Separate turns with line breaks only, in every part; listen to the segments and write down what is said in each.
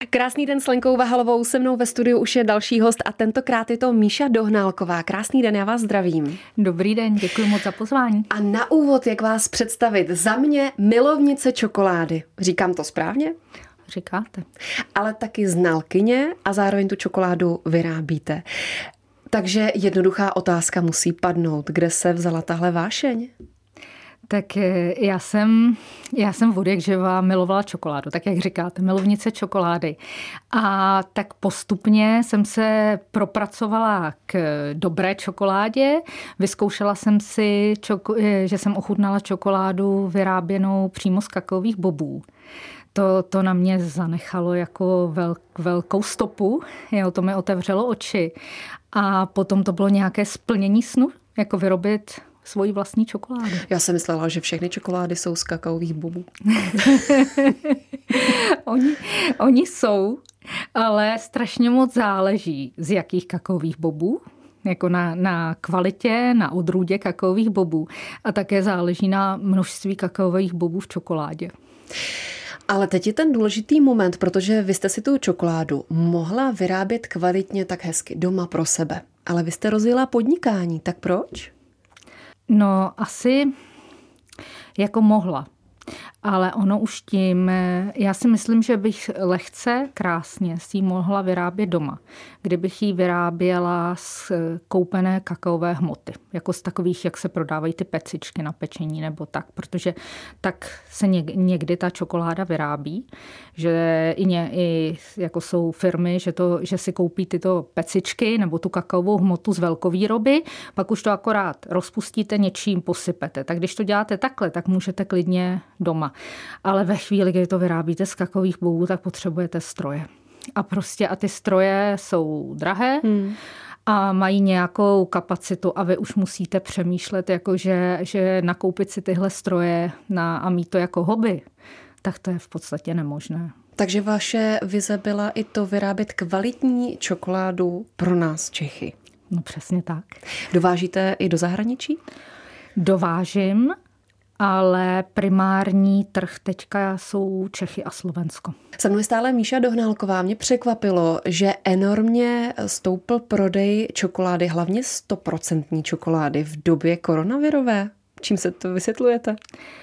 Krásný den s Lenkou Vahalovou, se mnou ve studiu už je další host a tentokrát je to Míša Dohnálková. Krásný den, já vás zdravím.
Dobrý den, děkuji moc za pozvání.
A na úvod, jak vás představit? Za mě milovnice čokolády. Říkám to správně?
Říkáte.
Ale taky znalkyně a zároveň tu čokoládu vyrábíte. Takže jednoduchá otázka musí padnout. Kde se vzala tahle vášeň?
Tak já jsem od jak živa milovala čokoládu, tak jak říkáte, milovnice čokolády. A tak postupně jsem se propracovala k dobré čokoládě. Vyzkoušela jsem si, že jsem ochutnala čokoládu vyráběnou přímo z kakaových bobů. To na mě zanechalo jako velkou stopu, to mi otevřelo oči. A potom to bylo nějaké splnění snu, jako vyrobit svoji vlastní čokoládu.
Já jsem myslela, že všechny čokolády jsou z kakaových bobů.
Oni jsou, ale strašně moc záleží, z jakých kakaových bobů. Jako na kvalitě, na odrůdě kakaových bobů. A také záleží na množství kakaových bobů v čokoládě.
Ale teď je ten důležitý moment, protože vy jste si tu čokoládu mohla vyrábět kvalitně tak hezky doma pro sebe. Ale vy jste rozjela podnikání, tak proč?
No asi jako mohla. Ale ono už tím, já si myslím, že bych lehce, krásně si ji mohla vyrábět doma, kdybych ji vyráběla z koupené kakaové hmoty, jako z takových, jak se prodávají ty pecičky na pečení nebo tak, protože tak se někdy ta čokoláda vyrábí, že i jako jsou firmy, že si koupí tyto pecičky nebo tu kakaovou hmotu z velkovýroby, pak už to akorát rozpustíte, něčím posypete. Tak když to děláte takhle, tak můžete klidně doma. Ale ve chvíli, kdy to vyrábíte z kakaových bobů, tak potřebujete stroje. A ty stroje jsou drahé a mají nějakou kapacitu a vy už musíte přemýšlet, že nakoupit si tyhle stroje a mít to jako hobby, tak to je v podstatě nemožné.
Takže vaše vize byla i to vyrábět kvalitní čokoládu pro nás Čechy.
No přesně tak.
Dovážíte i do zahraničí?
Dovážím, ale primární trh teďka jsou Čechy a Slovensko.
Se mnou je stále Míša Dohnálková. Mě překvapilo, že enormně stoupl prodej čokolády, hlavně 100% čokolády v době koronavirové. Čím se to vysvětlujete?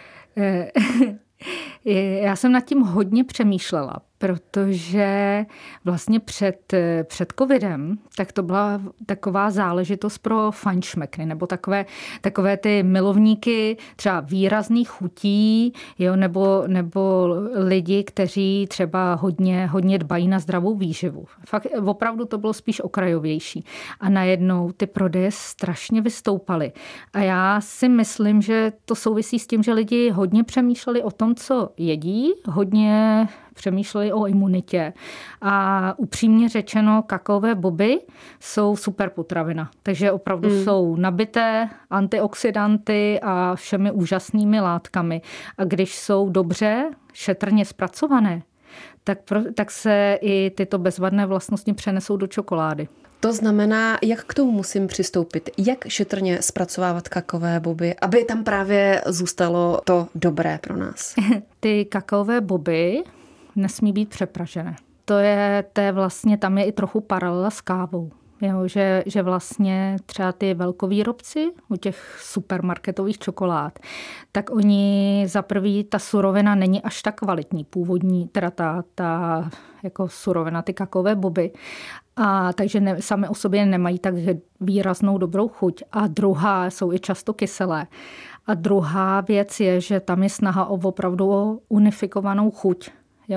Já jsem nad tím hodně přemýšlela, protože vlastně před covidem, tak to byla taková záležitost pro fajnšmekry, nebo takové ty milovníky třeba výrazných chutí, nebo lidi, kteří třeba hodně dbají na zdravou výživu. Fakt opravdu to bylo spíš okrajovější. A najednou ty prodeje strašně vystoupaly. A já si myslím, že to souvisí s tím, že lidi hodně přemýšleli o tom, co jedí, hodně přemýšleli o imunitě. A upřímně řečeno, kakaové boby jsou super potravina. Takže opravdu jsou nabité antioxidanty a všemi úžasnými látkami. A když jsou dobře, šetrně zpracované, tak se i tyto bezvadné vlastnosti přenesou do čokolády.
To znamená, jak k tomu musím přistoupit? Jak šetrně zpracovávat kakaové boby, aby tam právě zůstalo to dobré pro nás?
Ty kakaové boby nesmí být přepražené. To je vlastně, tam je i trochu paralela s kávou. Že vlastně třeba ty velkovýrobci u těch supermarketových čokolád, tak oni za prvý, ta surovina není až tak kvalitní, původní, teda ta jako surovina, ty kakaové boby. A takže sami o sobě nemají tak výraznou dobrou chuť. A druhá, jsou i často kyselé. A druhá věc je, že tam je snaha o unifikovanou chuť.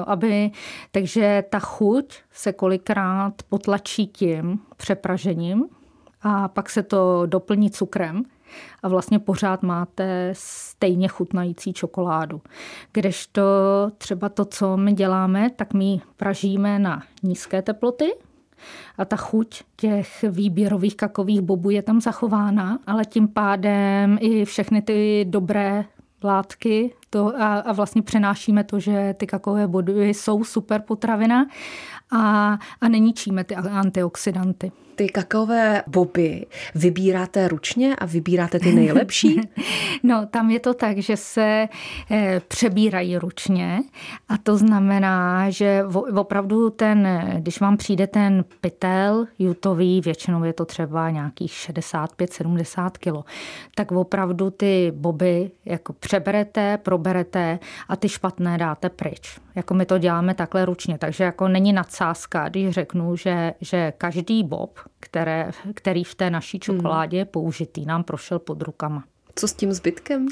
Takže ta chuť se kolikrát potlačí tím přepražením a pak se to doplní cukrem a vlastně pořád máte stejně chutnající čokoládu. Kdežto třeba to, co my děláme, tak my pražíme na nízké teploty a ta chuť těch výběrových kakaových bobů je tam zachována, ale tím pádem i všechny ty dobré látky a vlastně přenášíme to, že ty kakaové boby jsou super potravina a neníčíme ty antioxidanty.
ty kakaové boby vybíráte ručně a vybíráte ty nejlepší?
No, tam je to tak, že se přebírají ručně a to znamená, že opravdu když vám přijde ten pytel jutový, většinou je to třeba nějakých 65-70 kilo, tak opravdu ty boby jako přeberete, proberete a ty špatné dáte pryč. Jako my to děláme takhle ručně, takže jako není nadsázka, když řeknu, že každý bob, který v té naší čokoládě je použitý, nám prošel pod rukama.
Co s tím zbytkem?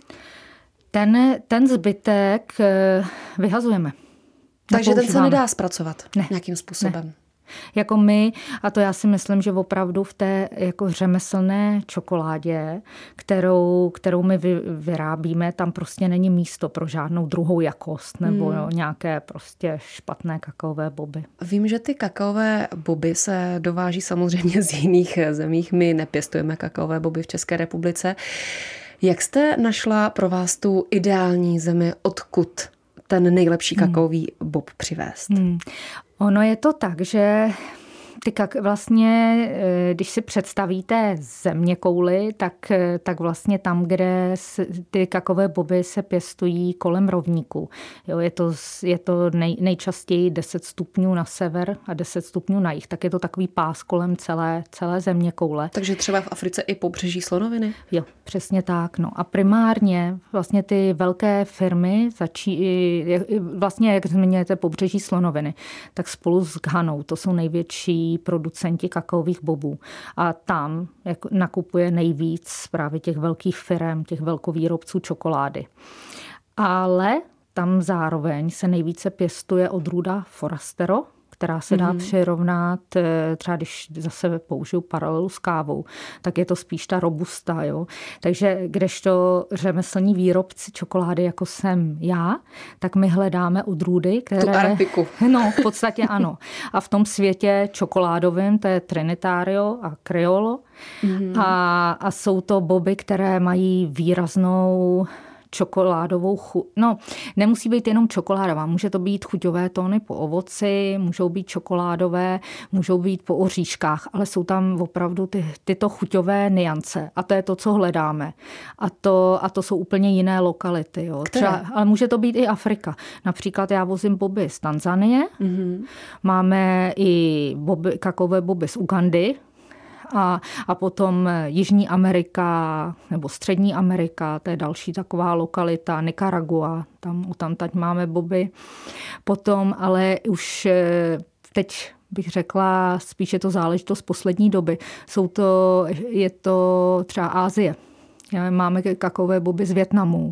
Ten zbytek vyhazujeme.
Takže ten se nedá zpracovat nějakým způsobem?
Ne. Jako my, a to já si myslím, že opravdu v té jako řemeslné čokoládě, kterou my vyrábíme, tam prostě není místo pro žádnou druhou jakost nebo nějaké prostě špatné kakaové boby.
Vím, že ty kakaové boby se dováží samozřejmě z jiných zemí. My nepěstujeme kakaové boby v České republice. Jak jste našla pro vás tu ideální zemi, odkud ten nejlepší kakaový bob přivést?
Ono je to tak, že vlastně, když si představíte zeměkouli, tak vlastně tam, kde ty kakaové boby se pěstují kolem rovníku. Jo, je to nejčastěji 10 stupňů na sever a 10 stupňů na jih. Tak je to takový pás kolem celé zeměkoule.
Takže třeba v Africe i pobřeží slonoviny?
Jo, přesně tak. No a primárně vlastně ty velké firmy vlastně, jak zmiňujete pobřeží slonoviny, tak spolu s Ghanou, to jsou největší producenti kakaových bobů. A tam nakupuje nejvíc právě těch velkých firem, těch velkovýrobců čokolády. Ale tam zároveň se nejvíce pěstuje odrůda Forastero, která se dá přirovnat, třeba když zase použiju paralelu s kávou, tak je to spíš ta robusta. Jo? Takže kdežto řemeslní výrobci čokolády, jako jsem já, tak my hledáme odrůdy, které...
Tu arabiku.
No, v podstatě ano. A v tom světě čokoládovém, to je Trinitario a Criollo. A jsou to boby, které mají výraznou čokoládovou chuť. No, nemusí být jenom čokoládová, může to být chuťové tóny po ovoci, můžou být čokoládové, můžou být po oříškách, ale jsou tam opravdu tyto chuťové niance a to je to, co hledáme. A to jsou úplně jiné lokality. Jo. Ale může to být i Afrika. Například já vozím boby z Tanzanie, máme i kakaové boby z Ugandy, a potom Jižní Amerika nebo Střední Amerika, to je další taková lokalita, Nicaragua, tamtať máme boby. Potom, ale už teď bych řekla, spíš je to záležitost poslední doby. Je to třeba Asie. Máme kakaové boby z Vietnamu,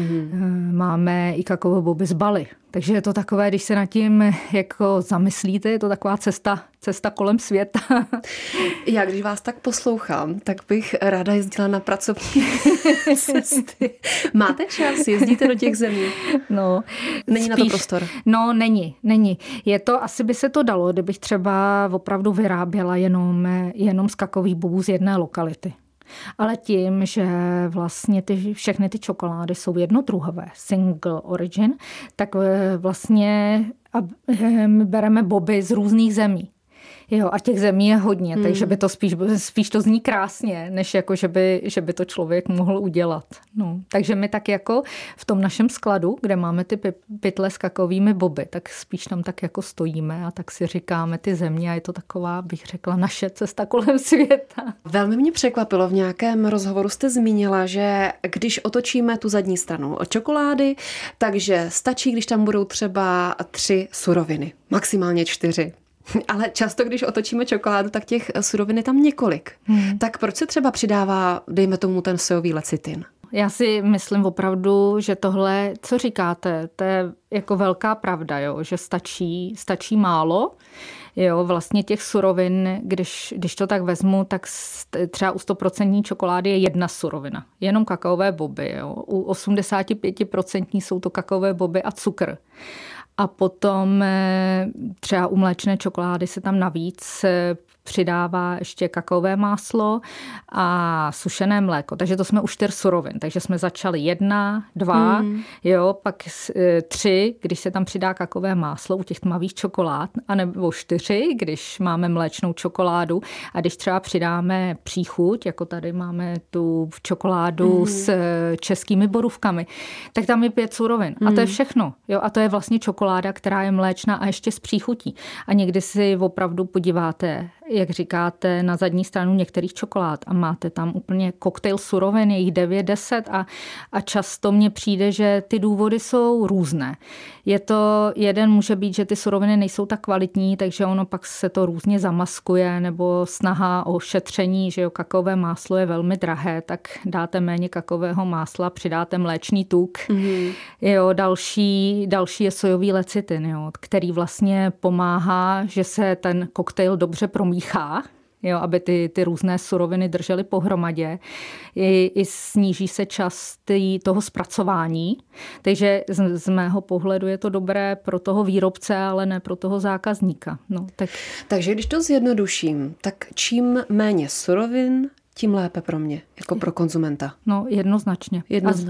máme i kakaové boby z Bali. Takže je to takové, když se nad tím jako zamyslíte, je to taková cesta kolem světa.
Já, když vás tak poslouchám, tak bych ráda jezdila na pracovní cesty. Máte čas? Jezdíte do těch zemí?
No,
není na to prostor?
No, není. Asi by se to dalo, kdybych třeba opravdu vyráběla jenom z kakaových bobů z jedné lokality. Ale tím, že vlastně všechny ty čokolády jsou jednodruhové, single origin, tak vlastně my bereme boby z různých zemí. Jo, a těch zemí je hodně, takže by to spíš to zní krásně, než jako, že by to člověk mohl udělat. No, takže my tak jako v tom našem skladu, kde máme ty pytle s kakaovými boby, tak spíš tam tak jako stojíme a tak si říkáme ty země a je to taková, bych řekla, naše cesta kolem světa.
Velmi mě překvapilo, v nějakém rozhovoru jste zmínila, že když otočíme tu zadní stranu od čokolády, takže stačí, když tam budou třeba 3 suroviny, maximálně 4. Ale často, když otočíme čokoládu, tak těch surovin je tam několik. Tak proč se třeba přidává, dejme tomu, ten sojový lecitin?
Já si myslím opravdu, že tohle, co říkáte, to je jako velká pravda, jo? Že stačí málo. Jo, vlastně těch surovin, když to tak vezmu, tak třeba u 100% čokolády je jedna surovina. Jenom kakaové boby. Jo? U 85% jsou to kakaové boby a cukr. A potom třeba u mléčné čokolády se tam navíc přidává ještě kakaové máslo a sušené mléko. Takže to jsme u 4 surovin. Takže jsme začali 1, 2, jo, pak 3, když se tam přidá kakaové máslo u těch tmavých čokolád, anebo 4, když máme mléčnou čokoládu a když třeba přidáme příchuť, jako tady máme tu čokoládu s českými borůvkami, tak tam je 5 surovin. A to je všechno. Jo? A to je vlastně čokoláda, která je mléčná a ještě s příchutí. A někdy si opravdu podíváte, jak říkáte, na zadní stranu některých čokolád a máte tam úplně koktejl surovin, je jich 9, 10 a často mně přijde, že ty důvody jsou různé. Jeden může být, že ty suroviny nejsou tak kvalitní, takže ono pak se to různě zamaskuje, nebo snaha o šetření, že jo, kakaové máslo je velmi drahé, tak dáte méně kakaového másla, přidáte mléčný tuk. Jo, další je sojový lecitin, jo, který vlastně pomáhá, že se ten koktejl dobře promíchá, jo, aby ty různé suroviny držely pohromadě. I sníží se čas toho zpracování. Takže z mého pohledu je to dobré pro toho výrobce, ale ne pro toho zákazníka. No,
Takže když to zjednoduším, tak čím méně surovin, tím lépe pro mě, jako pro konzumenta.
No, jednoznačně.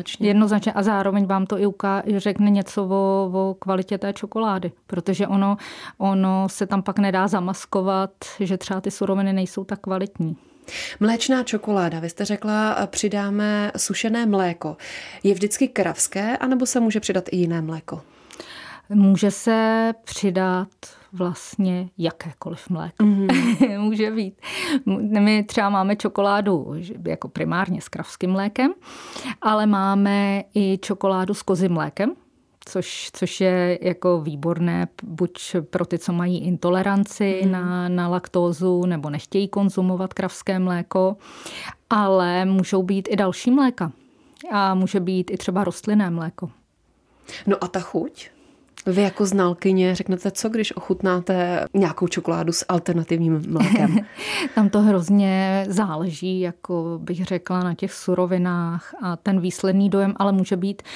A zároveň vám to i řekne něco o kvalitě té čokolády, protože ono se tam pak nedá zamaskovat, že třeba ty suroviny nejsou tak kvalitní.
Mléčná čokoláda, vy jste řekla, přidáme sušené mléko. Je vždycky kravské, anebo se může přidat i jiné mléko?
Může se přidat vlastně jakékoliv mléko. Může být. My třeba máme čokoládu jako primárně s kravským mlékem, ale máme i čokoládu s kozím mlékem, což je jako výborné buď pro ty, co mají intoleranci na laktózu nebo nechtějí konzumovat kravské mléko, ale můžou být i další mléka. A může být i třeba rostlinné mléko.
No a ta chuť? Vy jako znalkyně řeknete, co když ochutnáte nějakou čokoládu s alternativním mlékem?
Tam to hrozně záleží, jako bych řekla, na těch surovinách a ten výsledný dojem, ale může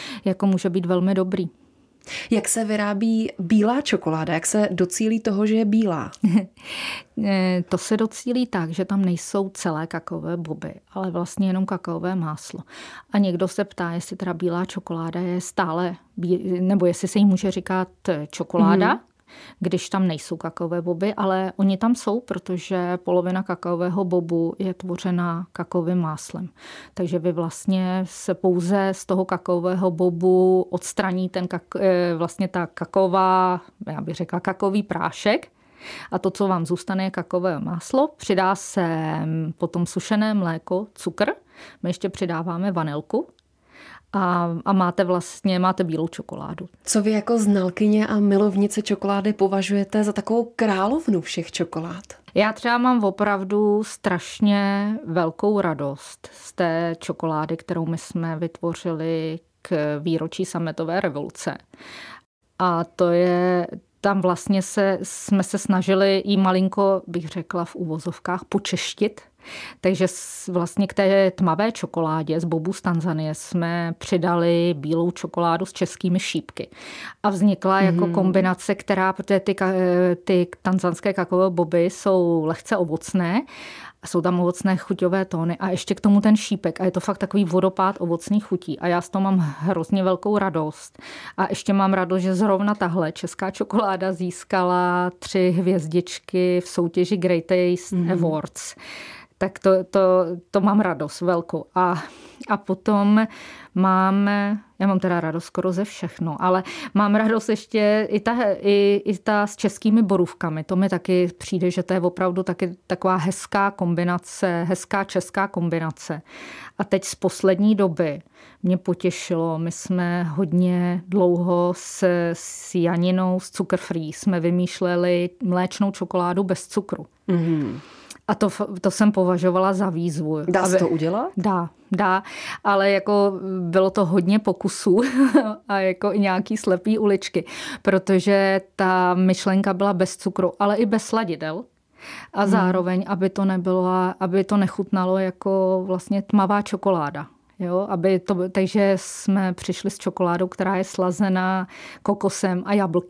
být velmi dobrý.
Jak se vyrábí bílá čokoláda? Jak se docílí toho, že je bílá?
To se docílí tak, že tam nejsou celé kakaové boby, ale vlastně jenom kakaové máslo. A někdo se ptá, jestli teda bílá čokoláda je stále, nebo jestli se jí může říkat čokoláda, když tam nejsou kakaové boby, ale oni tam jsou, protože polovina kakaového bobu je tvořena kakaovým máslem. Takže vy vlastně se pouze z toho kakaového bobu odstraní vlastně ta kakaová, já bych řekla kakaový prášek, a to, co vám zůstane, je kakaové máslo. Přidá se potom sušené mléko, cukr. My ještě přidáváme vanilku. A máte bílou čokoládu.
Co vy jako znalkyně a milovnice čokolády považujete za takovou královnu všech čokolád?
Já třeba mám opravdu strašně velkou radost z té čokolády, kterou my jsme vytvořili k výročí sametové revoluce. A to je... Tam vlastně jsme se snažili jí malinko, bych řekla v uvozovkách, počeštit. Takže vlastně k té tmavé čokoládě z bobu z Tanzanie jsme přidali bílou čokoládu s českými šípky. A vznikla jako kombinace, protože ty tanzanské kakaové boby jsou lehce ovocné, jsou tam ovocné chuťové tóny a ještě k tomu ten šípek. A je to fakt takový vodopád ovocných chutí. A já z toho mám hrozně velkou radost. A ještě mám radost, že zrovna tahle česká čokoláda získala 3 hvězdičky v soutěži Great Taste Awards. Tak to mám radost velkou. A potom já mám teda radost skoro ze všechno, ale mám radost ještě i ta s českými borůvkami. To mi taky přijde, že to je opravdu taky taková hezká kombinace, hezká česká kombinace. A teď z poslední doby mě potěšilo, my jsme hodně dlouho s Janinou, s Cukr Free, jsme vymýšleli mléčnou čokoládu bez cukru. A to jsem považovala za výzvu.
Dá se to udělat?
Dá, ale jako bylo to hodně pokusů a jako i nějaký slepý uličky, protože ta myšlenka byla bez cukru, ale i bez sladidel. A zároveň, aby to nechutnalo jako vlastně tmavá čokoláda. Jo, takže jsme přišli s čokoládou, která je slazená kokosem a jablky.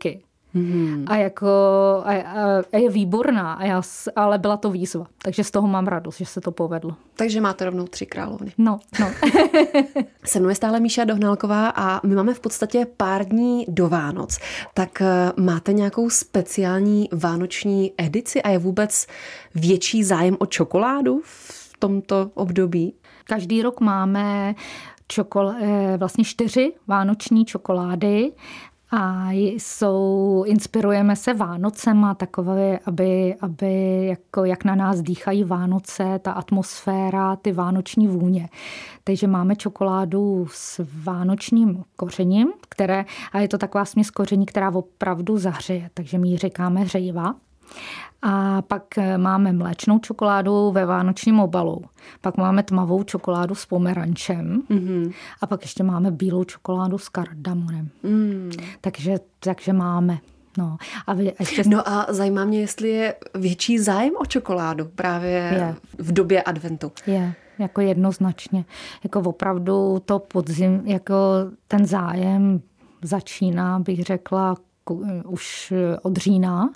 A je výborná, ale byla to výzva. Takže z toho mám radost, že se to povedlo.
Takže máte rovnou 3 královny.
No.
Se mnou je stále Míša Dohnálková a my máme v podstatě pár dní do Vánoc. Tak máte nějakou speciální vánoční edici a je vůbec větší zájem o čokoládu v tomto období?
Každý rok máme vlastně 4 vánoční čokolády a inspirujeme se Vánocema, takové, aby jako jak na nás dýchají Vánoce, ta atmosféra, ty vánoční vůně. Takže máme čokoládu s vánočním kořením, a je to taková směs koření, která opravdu zahřeje, takže my ji říkáme hřejiva. A pak máme mléčnou čokoládu ve vánočním obalu. Pak máme tmavou čokoládu s pomerančem. A pak ještě máme bílou čokoládu s kardamonem. Takže máme. No a
zajímá mě, jestli je větší zájem o čokoládu právě v době adventu.
Je. Jako jednoznačně. Jako opravdu to podzim, jako ten zájem začíná, bych řekla, už od října.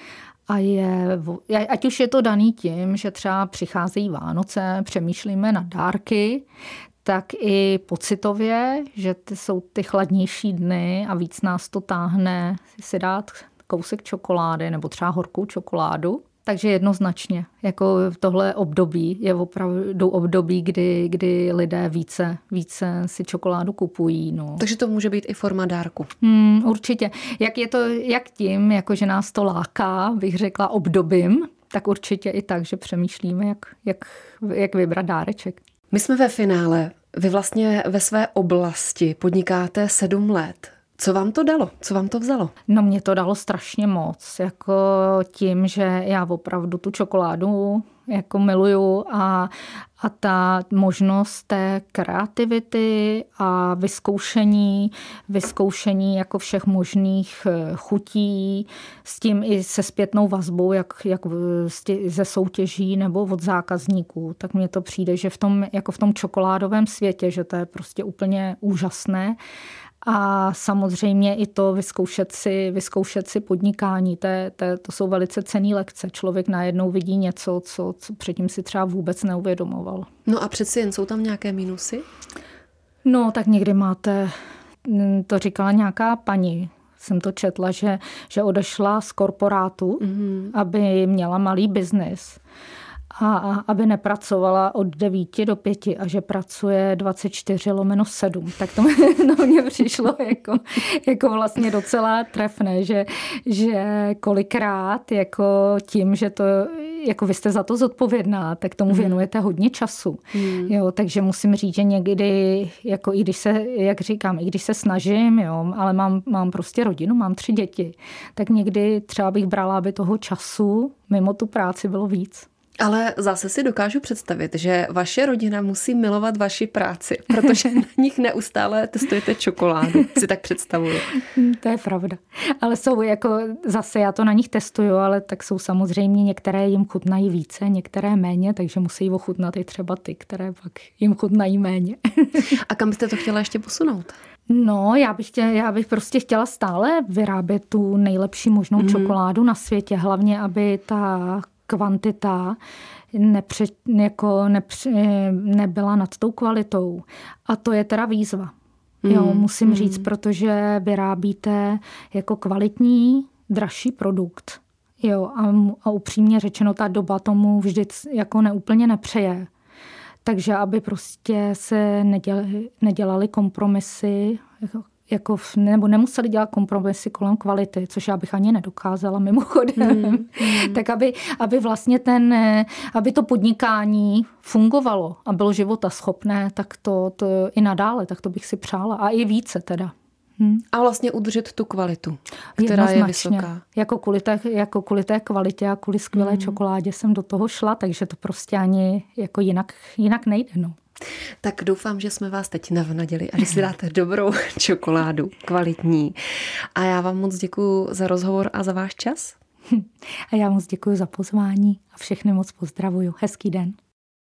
Ať už je to daný tím, že třeba přicházejí Vánoce, přemýšlíme na dárky, tak i pocitově, že jsou ty chladnější dny a víc nás to táhne si dát kousek čokolády nebo třeba horkou čokoládu. Takže jednoznačně, jako tohle období je opravdu období, kdy lidé více si čokoládu kupují. No.
Takže to může být i forma dárku.
Určitě. Jak tím, jako že nás to láká, bych řekla obdobím, tak určitě i tak, že přemýšlíme, jak vybrat dáreček.
My jsme ve finále. Vy vlastně ve své oblasti podnikáte 7 let. Co vám to dalo? Co vám to vzalo?
No mě to dalo strašně moc. Jako tím, že já opravdu tu čokoládu jako miluju a ta možnost té kreativity a vyzkoušení jako všech možných chutí, s tím i se zpětnou vazbou, jak ze soutěží nebo od zákazníků, tak mně to přijde, že v tom čokoládovém světě, že to je prostě úplně úžasné. A samozřejmě i to vyzkoušet si podnikání, to jsou velice cenné lekce. Člověk najednou vidí něco, co předtím si třeba vůbec neuvědomoval.
No a přeci jen jsou tam nějaké mínusy?
No tak někdy máte, to říkala nějaká paní, jsem to četla, že odešla z korporátu, aby měla malý biznis. A aby nepracovala od 9 do 5 a že pracuje 24/7. Tak to mě přišlo jako vlastně docela trefné, že kolikrát jako tím, že to jako vy jste za to zodpovědná, tak tomu věnujete hodně času. Jo, takže musím říct, že někdy, jako i když se, jak říkám, i když se snažím, jo, ale mám prostě rodinu, mám 3 děti, tak někdy třeba bych brala, aby toho času mimo tu práci bylo víc.
Ale zase si dokážu představit, že vaše rodina musí milovat vaši práci, protože na nich neustále testujete čokoládu, si tak představuju.
To je pravda. Ale jsou jako, zase já to na nich testuju, ale tak jsou samozřejmě některé jim chutnají více, některé méně, takže musí ochutnat i třeba ty, které pak jim chutnají méně.
A kam byste to chtěla ještě posunout?
No, já bych prostě chtěla stále vyrábět tu nejlepší možnou čokoládu na světě, hlavně aby ta kvantita nebyla nad tou kvalitou. A to je teda výzva. Jo, musím říct, protože vyrábíte jako kvalitní, dražší produkt. Jo, a upřímně řečeno, ta doba tomu vždy jako neúplně nepřeje. Takže aby prostě se nedělaly kompromisy, nebo nemuseli dělat kompromisy kolem kvality, což já bych ani nedokázala mimochodem. Tak aby vlastně aby to podnikání fungovalo a bylo životaschopné, tak to i nadále, tak to bych si přála. A i více teda.
A vlastně udržet tu kvalitu, která je vysoká.
Jako kvůli té kvalitě a kvůli skvělé čokoládě jsem do toho šla, takže to prostě ani jako jinak nejde. No.
Tak doufám, že jsme vás teď navnadili a že si dáte dobrou čokoládu, kvalitní. A já vám moc děkuju za rozhovor a za váš čas.
A já moc děkuju za pozvání a všechny moc pozdravuju. Hezký den.